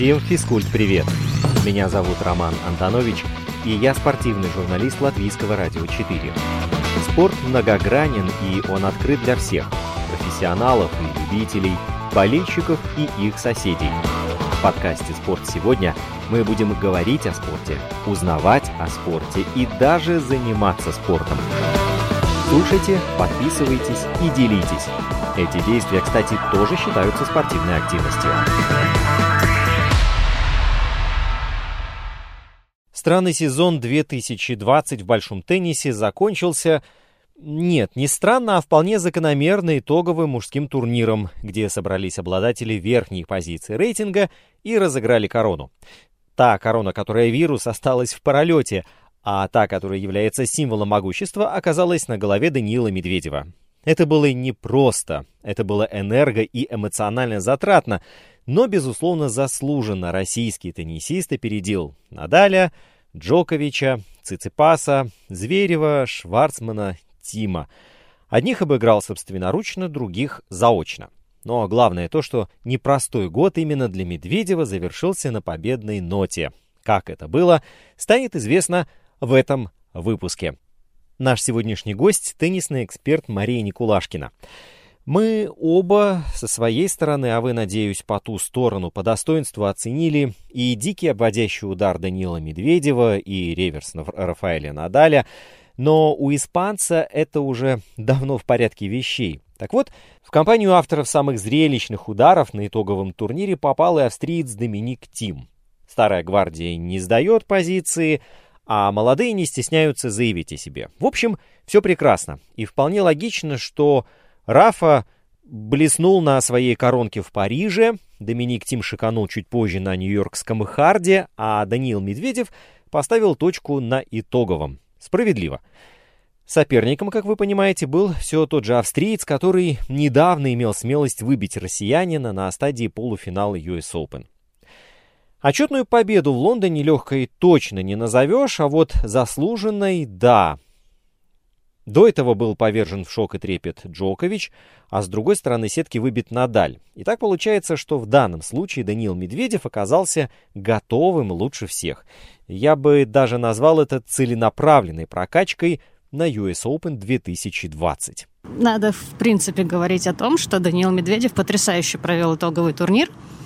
Всем физкульт-привет! Меня зовут Роман Антонович, и я спортивный журналист Латвийского радио 4. Спорт многогранен, и он открыт для всех – профессионалов и любителей, болельщиков и их соседей. В подкасте «Спорт сегодня» мы будем говорить о спорте, узнавать о спорте и даже заниматься спортом. Слушайте, подписывайтесь и делитесь. Эти действия, кстати, тоже считаются спортивной активностью. Странный сезон 2020 в большом теннисе закончился, не странно, а вполне закономерно итоговым мужским турниром, где собрались обладатели верхних позиций рейтинга и разыграли корону. Та корона, которая вирус, осталась в пролете, а та, которая является символом могущества, оказалась на голове Даниила Медведева. Это было непросто, это было энерго- и эмоционально затратно, но, безусловно, заслуженно российский теннисист опередил Надаля, Джоковича, Циципаса, Зверева, Шварцмана, Тима. Одних обыграл собственноручно, других заочно. Но главное то, что непростой год именно для Медведева завершился на победной ноте. Как это было, станет известно в этом выпуске. Наш сегодняшний гость – теннисный эксперт Мария Никулашкина. Мы оба со своей стороны, а вы, надеюсь, по ту сторону, по достоинству оценили и дикий обводящий удар Даниила Медведева, и реверс Рафаэля Надаля, но у испанца это уже давно в порядке вещей. Так вот, в компанию авторов самых зрелищных ударов на итоговом турнире попал и австриец Доминик Тим. Старая гвардия не сдает позиции, а молодые не стесняются заявить о себе. В общем, все прекрасно. И вполне логично, что Рафа блеснул на своей коронке в Париже, Доминик Тим шиканул чуть позже на нью-йоркском Харде, а Даниил Медведев поставил точку на итоговом. Справедливо. Соперником, как вы понимаете, был все тот же австриец, который недавно имел смелость выбить россиянина на стадии полуфинала US Open. Отчетную победу в Лондоне легкой точно не назовешь, а вот заслуженной – да. До этого был повержен в шок и трепет Джокович, а с другой стороны сетки выбит Надаль. И так получается, что в данном случае Даниил Медведев оказался готовым лучше всех. Я бы даже назвал это целенаправленной прокачкой на US Open 2020. Надо, в принципе, говорить о том, что Даниил Медведев потрясающе провел итоговый турнир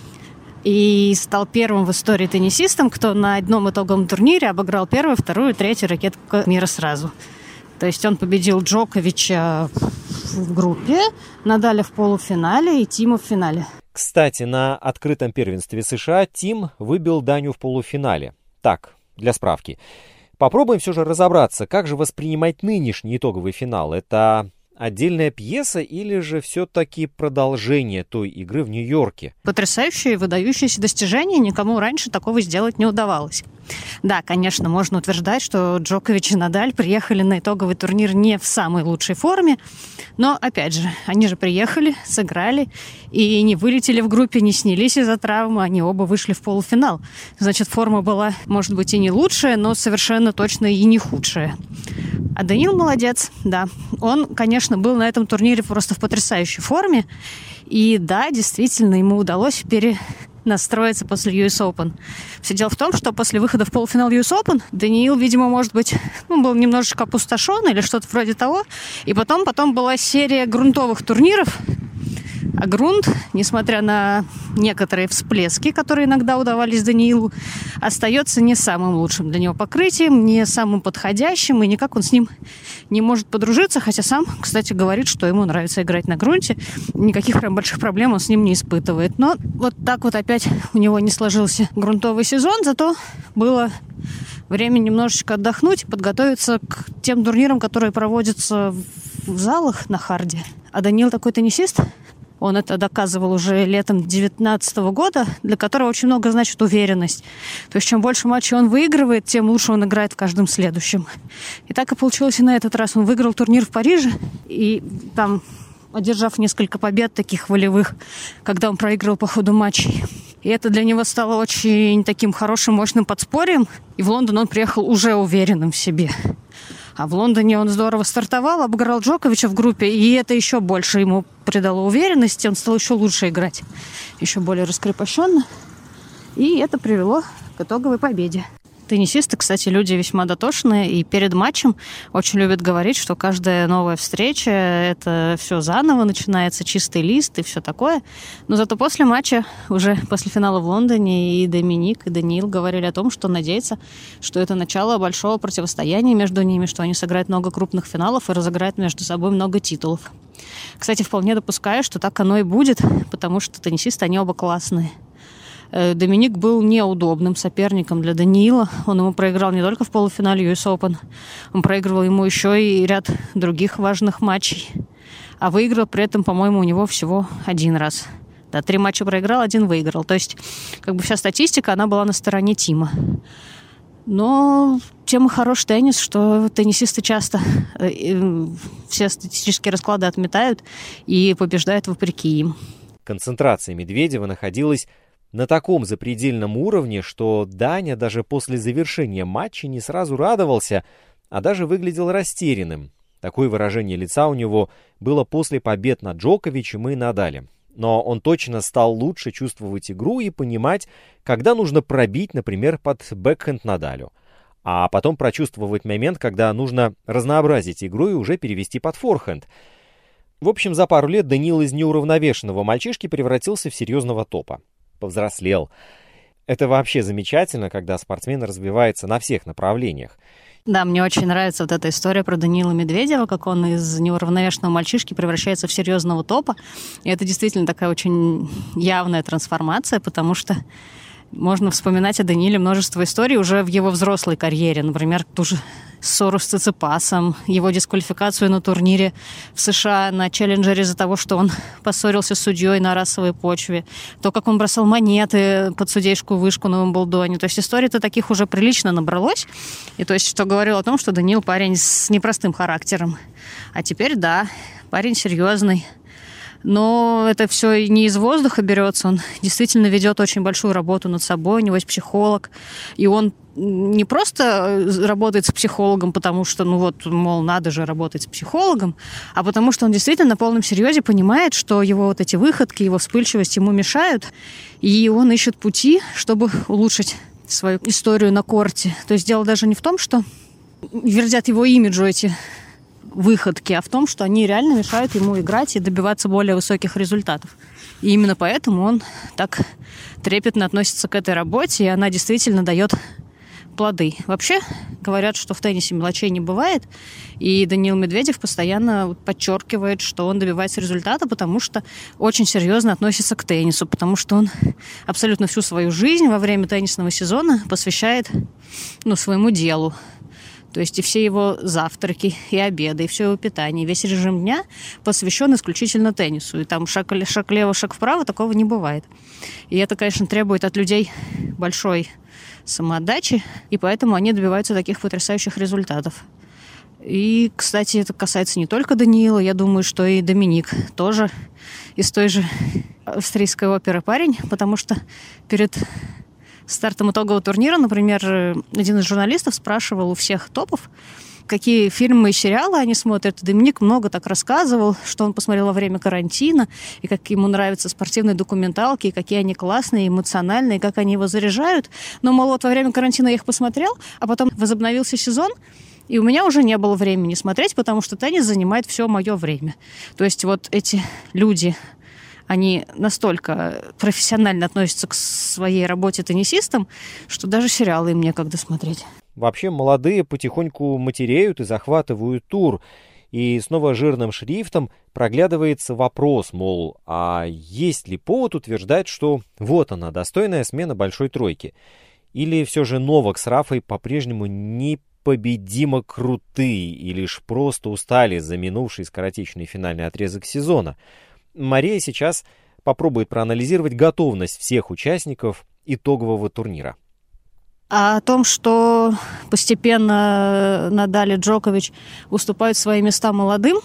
и стал первым в истории теннисистом, кто на одном итоговом турнире обыграл первую, вторую, третью ракетку мира сразу. То есть он победил Джоковича в группе, Надаля в полуфинале и Тима в финале. Кстати, на открытом первенстве США Тим выбил Даню в полуфинале. Так, для справки. Попробуем все же разобраться, как же воспринимать нынешний итоговый финал. Это отдельная пьеса или же все-таки продолжение той игры в Нью-Йорке? Потрясающее и выдающееся достижение, никому раньше такого сделать не удавалось. Да, конечно, можно утверждать, что Джокович и Надаль приехали на итоговый турнир не в самой лучшей форме, но, опять же, они же приехали, сыграли и не вылетели в группе, не снялись из-за травмы, они оба вышли в полуфинал. Значит, форма была, может быть, и не лучшая, но совершенно точно и не худшая. А Даниил молодец, да. Он, конечно, был на этом турнире просто в потрясающей форме. И да, действительно, ему удалось перенастроиться после US Open. Все дело в том, что после выхода в полуфинал US Open Даниил, видимо, может быть, был немножечко опустошен или что-то вроде того. И потом была серия грунтовых турниров. А грунт, несмотря на некоторые всплески, которые иногда удавались Даниилу, остается не самым лучшим для него покрытием, не самым подходящим, и никак он с ним не может подружиться, хотя сам, кстати, говорит, что ему нравится играть на грунте, никаких прям больших проблем он с ним не испытывает. Но вот так вот опять у него не сложился грунтовый сезон, зато было время немножечко отдохнуть и подготовиться к тем турнирам, которые проводятся в залах на харде. А Даниил такой теннисист, он это доказывал уже летом 2019 года, для которого очень много значит уверенность. То есть чем больше матчей он выигрывает, тем лучше он играет в каждом следующем. И так и получилось и на этот раз. Он выиграл турнир в Париже, и там, одержав несколько побед таких волевых, когда он проигрывал по ходу матчей. И это для него стало очень таким хорошим, мощным подспорьем. И в Лондон он приехал уже уверенным в себе. А в Лондоне он здорово стартовал, обыграл Джоковича в группе, и это еще больше ему придало уверенности, он стал еще лучше играть, еще более раскрепощенно. И это привело к итоговой победе. Теннисисты, кстати, люди весьма дотошные, и перед матчем очень любят говорить, что каждая новая встреча – это все заново, начинается чистый лист и все такое. Но зато после матча, уже после финала в Лондоне, и Доминик, и Даниил говорили о том, что надеются, что это начало большого противостояния между ними, что они сыграют много крупных финалов и разыграют между собой много титулов. Кстати, вполне допускаю, что так оно и будет, потому что теннисисты, они оба классные. Доминик был неудобным соперником для Даниила. Он ему проиграл не только в полуфинале US Open, он проигрывал ему еще и ряд других важных матчей. А выиграл при этом, по-моему, у него всего один раз. Да, 3 матча проиграл, 1 выиграл. То есть, как бы вся статистика, она была на стороне Тима. Но тем и хорош теннис, что теннисисты часто все статистические расклады отметают и побеждают вопреки им. Концентрация Медведева находилась на таком запредельном уровне, что Даня даже после завершения матча не сразу радовался, а даже выглядел растерянным. Такое выражение лица у него было после побед над Джоковичем и Надалем. Но он точно стал лучше чувствовать игру и понимать, когда нужно пробить, например, под бэкхенд Надалю. А потом прочувствовать момент, когда нужно разнообразить игру и уже перевести под форхенд. В общем, за пару лет Даниил из неуравновешенного мальчишки превратился в серьезного топа. Повзрослел. Это вообще замечательно, когда спортсмен развивается на всех направлениях. Да, мне очень нравится вот эта история про Даниила Медведева, как он из неуравновешенного мальчишки превращается в серьезного топа. И это действительно такая очень явная трансформация, потому что можно вспоминать о Данииле множество историй уже в его взрослой карьере. Например, ту же ссору с Циципасом, его дисквалификацию на турнире в США на челленджере из-за того, что он поссорился с судьей на расовой почве, то, как он бросал монеты под судейскую вышку на Уимблдоне. То есть историй-то таких уже прилично набралось. И то есть, что говорило о том, что Даниил парень с непростым характером. А теперь, да, парень серьезный. Но это все не из воздуха берется. Он действительно ведет очень большую работу над собой. У него есть психолог. И он не просто работает с психологом, потому что, мол, надо же работать с психологом, а потому что он действительно на полном серьезе понимает, что его вот эти выходки, его вспыльчивость ему мешают. И он ищет пути, чтобы улучшить свою историю на корте. То есть дело даже не в том, что вердят его имиджу эти выходки, а в том, что они реально мешают ему играть и добиваться более высоких результатов. И именно поэтому он так трепетно относится к этой работе, и она действительно дает плоды. Вообще говорят, что в теннисе мелочей не бывает, и Даниил Медведев постоянно подчеркивает, что он добивается результата, потому что очень серьезно относится к теннису, потому что он абсолютно всю свою жизнь во время теннисного сезона посвящает своему делу. То есть и все его завтраки, и обеды, и все его питание, весь режим дня посвящен исключительно теннису. И там шаг влево, шаг вправо, такого не бывает. И это, конечно, требует от людей большой самоотдачи, и поэтому они добиваются таких потрясающих результатов. И, кстати, это касается не только Даниила, я думаю, что и Доминик тоже из той же австрийской оперы парень, потому что перед стартом итогового турнира, например, один из журналистов спрашивал у всех топов, какие фильмы и сериалы они смотрят. Доминик много так рассказывал, что он посмотрел во время карантина, и как ему нравятся спортивные документалки, и какие они классные, эмоциональные, как они его заряжают. Но, мол, вот во время карантина я их посмотрел, а потом возобновился сезон, и у меня уже не было времени смотреть, потому что теннис занимает все мое время. То есть вот эти люди, они настолько профессионально относятся к своей работе теннисистам, что даже сериалы им некогда смотреть. Вообще молодые потихоньку матереют и захватывают тур. И снова жирным шрифтом проглядывается вопрос, мол, а есть ли повод утверждать, что вот она, достойная смена большой тройки? Или все же Новак с Рафой по-прежнему непобедимо крутые и лишь просто устали за минувший скоротечный финальный отрезок сезона? Мария сейчас попробует проанализировать готовность всех участников итогового турнира. А о том, что постепенно Надаль и Джокович уступают свои места молодым,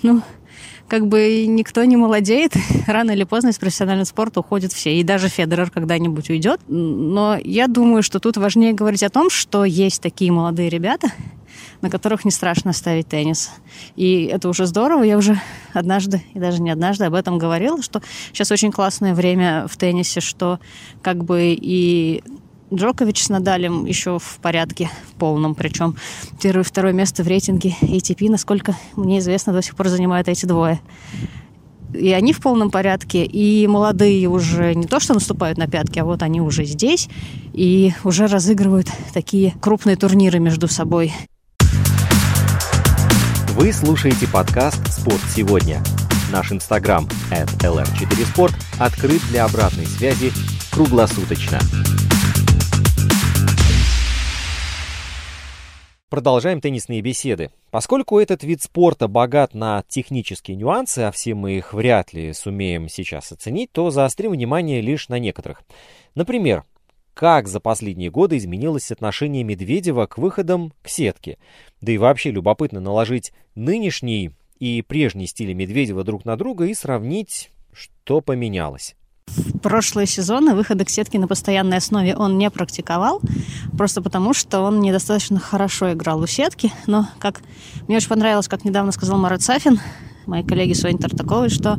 никто не молодеет. Рано или поздно из профессионального спорта уходят все. И даже Федерер когда-нибудь уйдет. Но я думаю, что тут важнее говорить о том, что есть такие молодые ребята, на которых не страшно ставить теннис. И это уже здорово. Я уже однажды, и даже не однажды, об этом говорила, что сейчас очень классное время в теннисе, что как бы и Джокович с Надалем еще в порядке, в полном, причем первое и второе место в рейтинге ATP, насколько мне известно, до сих пор занимают эти двое. И они в полном порядке, и молодые уже не то что наступают на пятки, а вот они уже здесь и уже разыгрывают такие крупные турниры между собой. Вы слушаете подкаст «Спорт сегодня». Наш инстаграм @lr4sport открыт для обратной связи круглосуточно. Продолжаем теннисные беседы. Поскольку этот вид спорта богат на технические нюансы, а все мы их вряд ли сумеем сейчас оценить, то заострим внимание лишь на некоторых. Например, как за последние годы изменилось отношение Медведева к выходам к сетке. Да и вообще любопытно наложить нынешний и прежний стили Медведева друг на друга и сравнить, что поменялось. В прошлые сезоны выходы к сетке на постоянной основе он не практиковал, просто потому, что он недостаточно хорошо играл у сетки. Но как мне очень понравилось, как недавно сказал Марат Сафин, мои коллеги Соня Тартаковой, что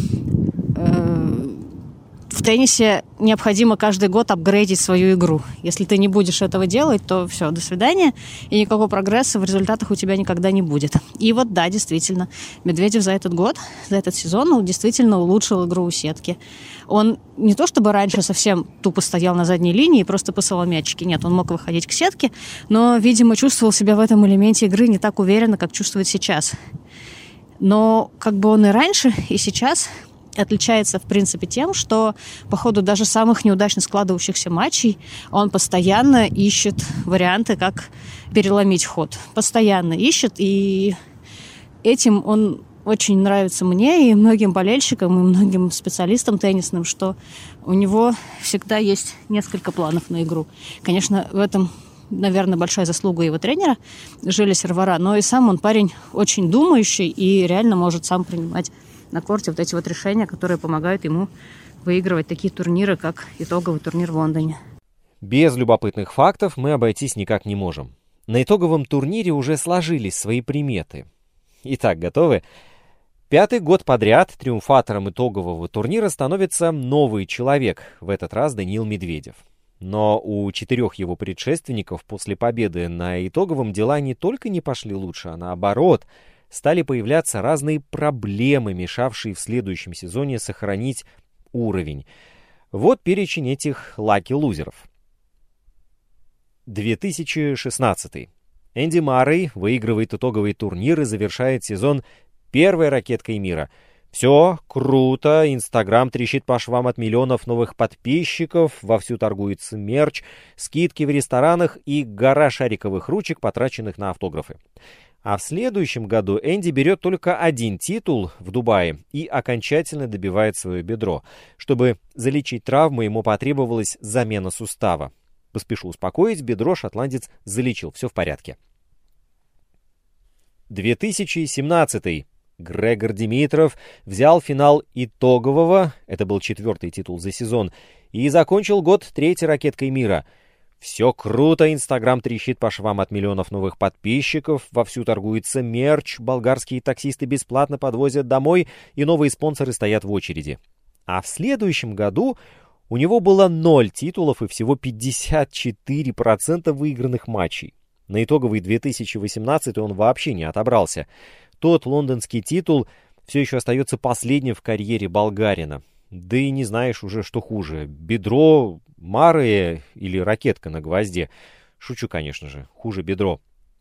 в теннисе необходимо каждый год апгрейдить свою игру. Если ты не будешь этого делать, то все, до свидания, и никакого прогресса в результатах у тебя никогда не будет. И вот да, действительно, Медведев за этот год, за этот сезон, он действительно улучшил игру у сетки. Он не то чтобы раньше совсем тупо стоял на задней линии и просто посылал мячики. Нет, он мог выходить к сетке, но, видимо, чувствовал себя в этом элементе игры не так уверенно, как чувствует сейчас. Но как бы он и раньше, и сейчас отличается, в принципе, тем, что по ходу даже самых неудачно складывающихся матчей он постоянно ищет варианты, как переломить ход. Постоянно ищет, и этим он очень нравится мне и многим болельщикам, и многим специалистам теннисным, что у него всегда есть несколько планов на игру. Конечно, в этом, наверное, большая заслуга его тренера Жиля Сервара, но и сам он парень очень думающий и реально может сам принимать на корте вот эти вот решения, которые помогают ему выигрывать такие турниры, как итоговый турнир в Лондоне. Без любопытных фактов мы обойтись никак не можем. На итоговом турнире уже сложились свои приметы. Итак, готовы? 5-й год подряд триумфатором итогового турнира становится новый человек, в этот раз Даниил Медведев. Но у 4 его предшественников после победы на итоговом дела не только не пошли лучше, а наоборот – стали появляться разные проблемы, мешавшие в следующем сезоне сохранить уровень. Вот перечень этих лаки-лузеров. 2016. Энди Маррей выигрывает итоговый турнир и завершает сезон первой ракеткой мира. Все круто, Инстаграм трещит по швам от миллионов новых подписчиков, вовсю торгуется мерч, скидки в ресторанах и гора шариковых ручек, потраченных на автографы. А в следующем году Энди берет только один титул в Дубае и окончательно добивает свое бедро. Чтобы залечить травму, ему потребовалась замена сустава. Поспешу успокоить, бедро шотландец залечил, все в порядке. 2017. Грегор Димитров взял финал итогового, это был 4-й титул за сезон, и закончил год 3-й ракеткой мира. Все круто, Инстаграм трещит по швам от миллионов новых подписчиков, вовсю торгуется мерч, болгарские таксисты бесплатно подвозят домой, и новые спонсоры стоят в очереди. А в следующем году у него было 0 титулов и всего 54% выигранных матчей. На итоговый 2018 он вообще не отобрался. Тот лондонский титул все еще остается последним в карьере болгарина. Да и не знаешь уже, что хуже. Бедро Маррея или ракетка на гвозде. Шучу, конечно же. Хуже бедро.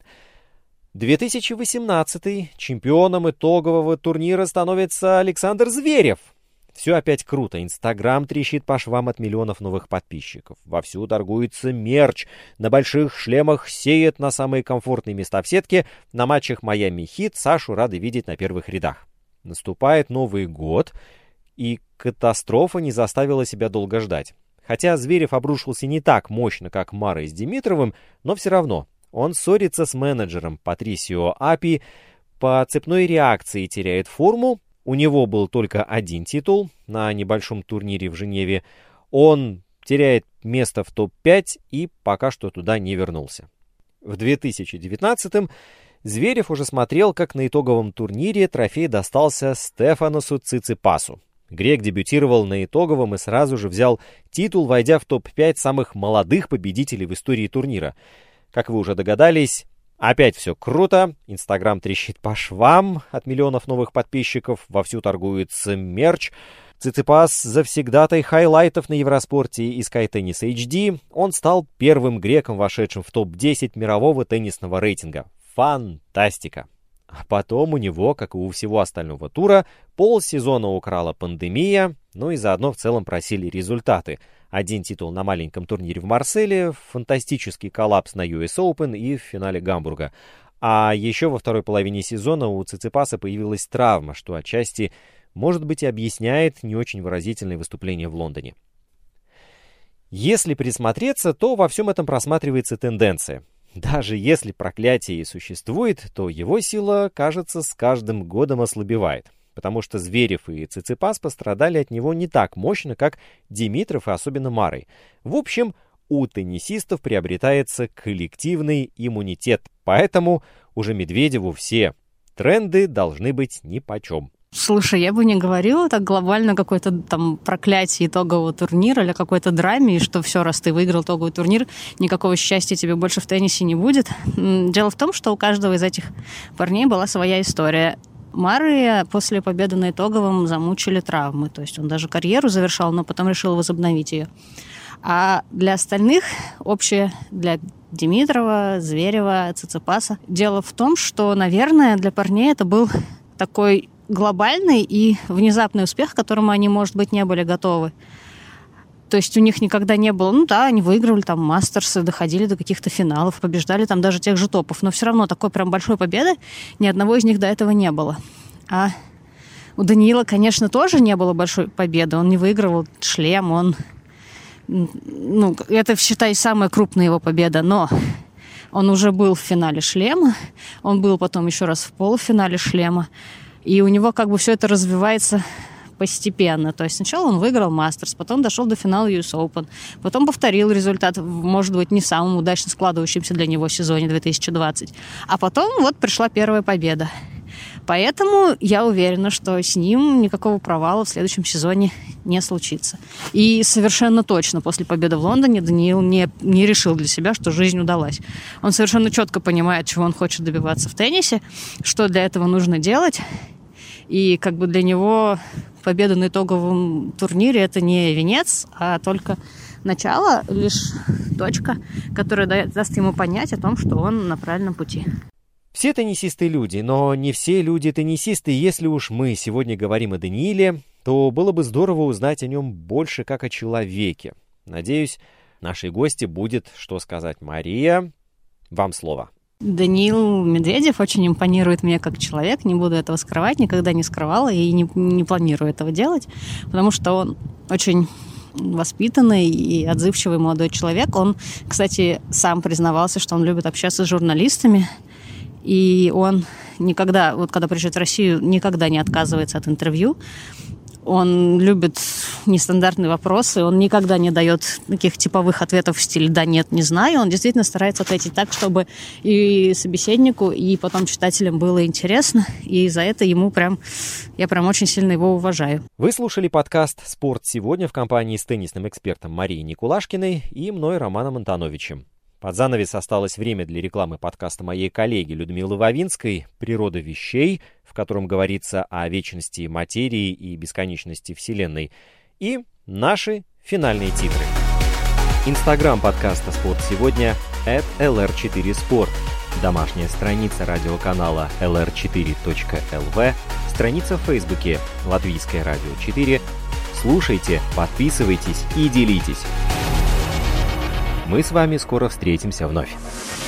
2018. Чемпионом итогового турнира становится Александр Зверев. Все опять круто. Инстаграм трещит по швам от миллионов новых подписчиков. Вовсю торгуется мерч. На больших шлемах сеет на самые комфортные места в сетке. На матчах Майами Хит Сашу рады видеть на первых рядах. Наступает Новый год, и катастрофа не заставила себя долго ждать. Хотя Зверев обрушился не так мощно, как Маррей с Димитровым, но все равно. Он ссорится с менеджером Патрисио Апи, по цепной реакции теряет форму. У него был только один титул на небольшом турнире в Женеве. Он теряет место в топ-5 и пока что туда не вернулся. В 2019-м Зверев уже смотрел, как на итоговом турнире трофей достался Стефаносу Циципасу. Грек дебютировал на итоговом и сразу же взял титул, войдя в топ-5 самых молодых победителей в истории турнира. Как вы уже догадались, опять все круто, Инстаграм трещит по швам от миллионов новых подписчиков, вовсю торгуется мерч. Циципас завсегдатай хайлайтов на Евроспорте и Sky Tennis HD. Он стал первым греком, вошедшим в топ-10 мирового теннисного рейтинга. Фантастика! А потом у него, как и у всего остального тура, полсезона украла пандемия, ну и заодно в целом просили результаты. 1 титул на маленьком турнире в Марселе, фантастический коллапс на US Open и в финале Гамбурга. А еще во второй половине сезона у Циципаса появилась травма, что отчасти, может быть, и объясняет не очень выразительное выступление в Лондоне. Если присмотреться, то во всем этом просматривается тенденция. Даже если проклятие и существует, то его сила, кажется, с каждым годом ослабевает, потому что Зверев и Циципас пострадали от него не так мощно, как Димитров и особенно Марой. В общем, у теннисистов приобретается коллективный иммунитет, поэтому уже Медведеву все тренды должны быть нипочем. Слушай, я бы не говорила так глобально какое-то там проклятие итогового турнира или какой-то драме, и что все, раз ты выиграл итоговый турнир, никакого счастья тебе больше в теннисе не будет. Дело в том, что у каждого из этих парней была своя история. Мары после победы на итоговом замучили травмы, то есть он даже карьеру завершал, но потом решил возобновить ее. А для остальных общее, для Димитрова, Зверева, Циципаса, дело в том, что, наверное, для парней это был такой глобальный и внезапный успех, к которому они, может быть, не были готовы. То есть у них никогда не было... они выигрывали там мастерсы, доходили до каких-то финалов, побеждали там даже тех же топов. Но все равно такой прям большой победы ни одного из них до этого не было. А у Даниила, конечно, тоже не было большой победы. Он не выигрывал шлем, это, считай, самая крупная его победа. Но он уже был в финале шлема, он был потом еще раз в полуфинале шлема. И у него как бы все это развивается постепенно. То есть сначала он выиграл мастерс, потом дошел до финала US Open, потом повторил результат, может быть, не в самом удачно складывающемся для него сезоне 2020. А потом вот пришла первая победа. Поэтому я уверена, что с ним никакого провала в следующем сезоне не случится. И совершенно точно после победы в Лондоне Даниил не решил для себя, что жизнь удалась. Он совершенно четко понимает, чего он хочет добиваться в теннисе, что для этого нужно делать. И как бы для него победа на итоговом турнире — это не венец, а только начало, лишь точка, которая даст ему понять о том, что он на правильном пути. Все теннисисты люди, но не все люди теннисисты. Если уж мы сегодня говорим о Данииле, то было бы здорово узнать о нем больше как о человеке. Надеюсь, нашей гости будет что сказать. Мария, вам слово. Даниил Медведев очень импонирует мне как человек, не буду этого скрывать, никогда не скрывала и не планирую этого делать, потому что он очень воспитанный и отзывчивый молодой человек. Он, кстати, сам признавался, что он любит общаться с журналистами, и он никогда, вот когда приезжает в Россию, никогда не отказывается от интервью. Он любит нестандартные вопросы, он никогда не дает таких типовых ответов в стиле «да», «нет», «не знаю». Он действительно старается ответить так, чтобы и собеседнику, и потом читателям было интересно. И за это я прям очень сильно его уважаю. Вы слушали подкаст «Спорт сегодня» в компании с теннисным экспертом Марией Никулашкиной и мной, Романом Антоновичем. Под занавес осталось время для рекламы подкаста моей коллеги Людмилы Вавинской «Природа вещей», в котором говорится о вечности материи и бесконечности Вселенной, и наши финальные титры. Инстаграм подкаста «Спорт сегодня» @LR4Sport, домашняя страница радиоканала lr4.lv, страница в Фейсбуке «Латвийское радио 4». Слушайте, подписывайтесь и делитесь. Мы с вами скоро встретимся вновь.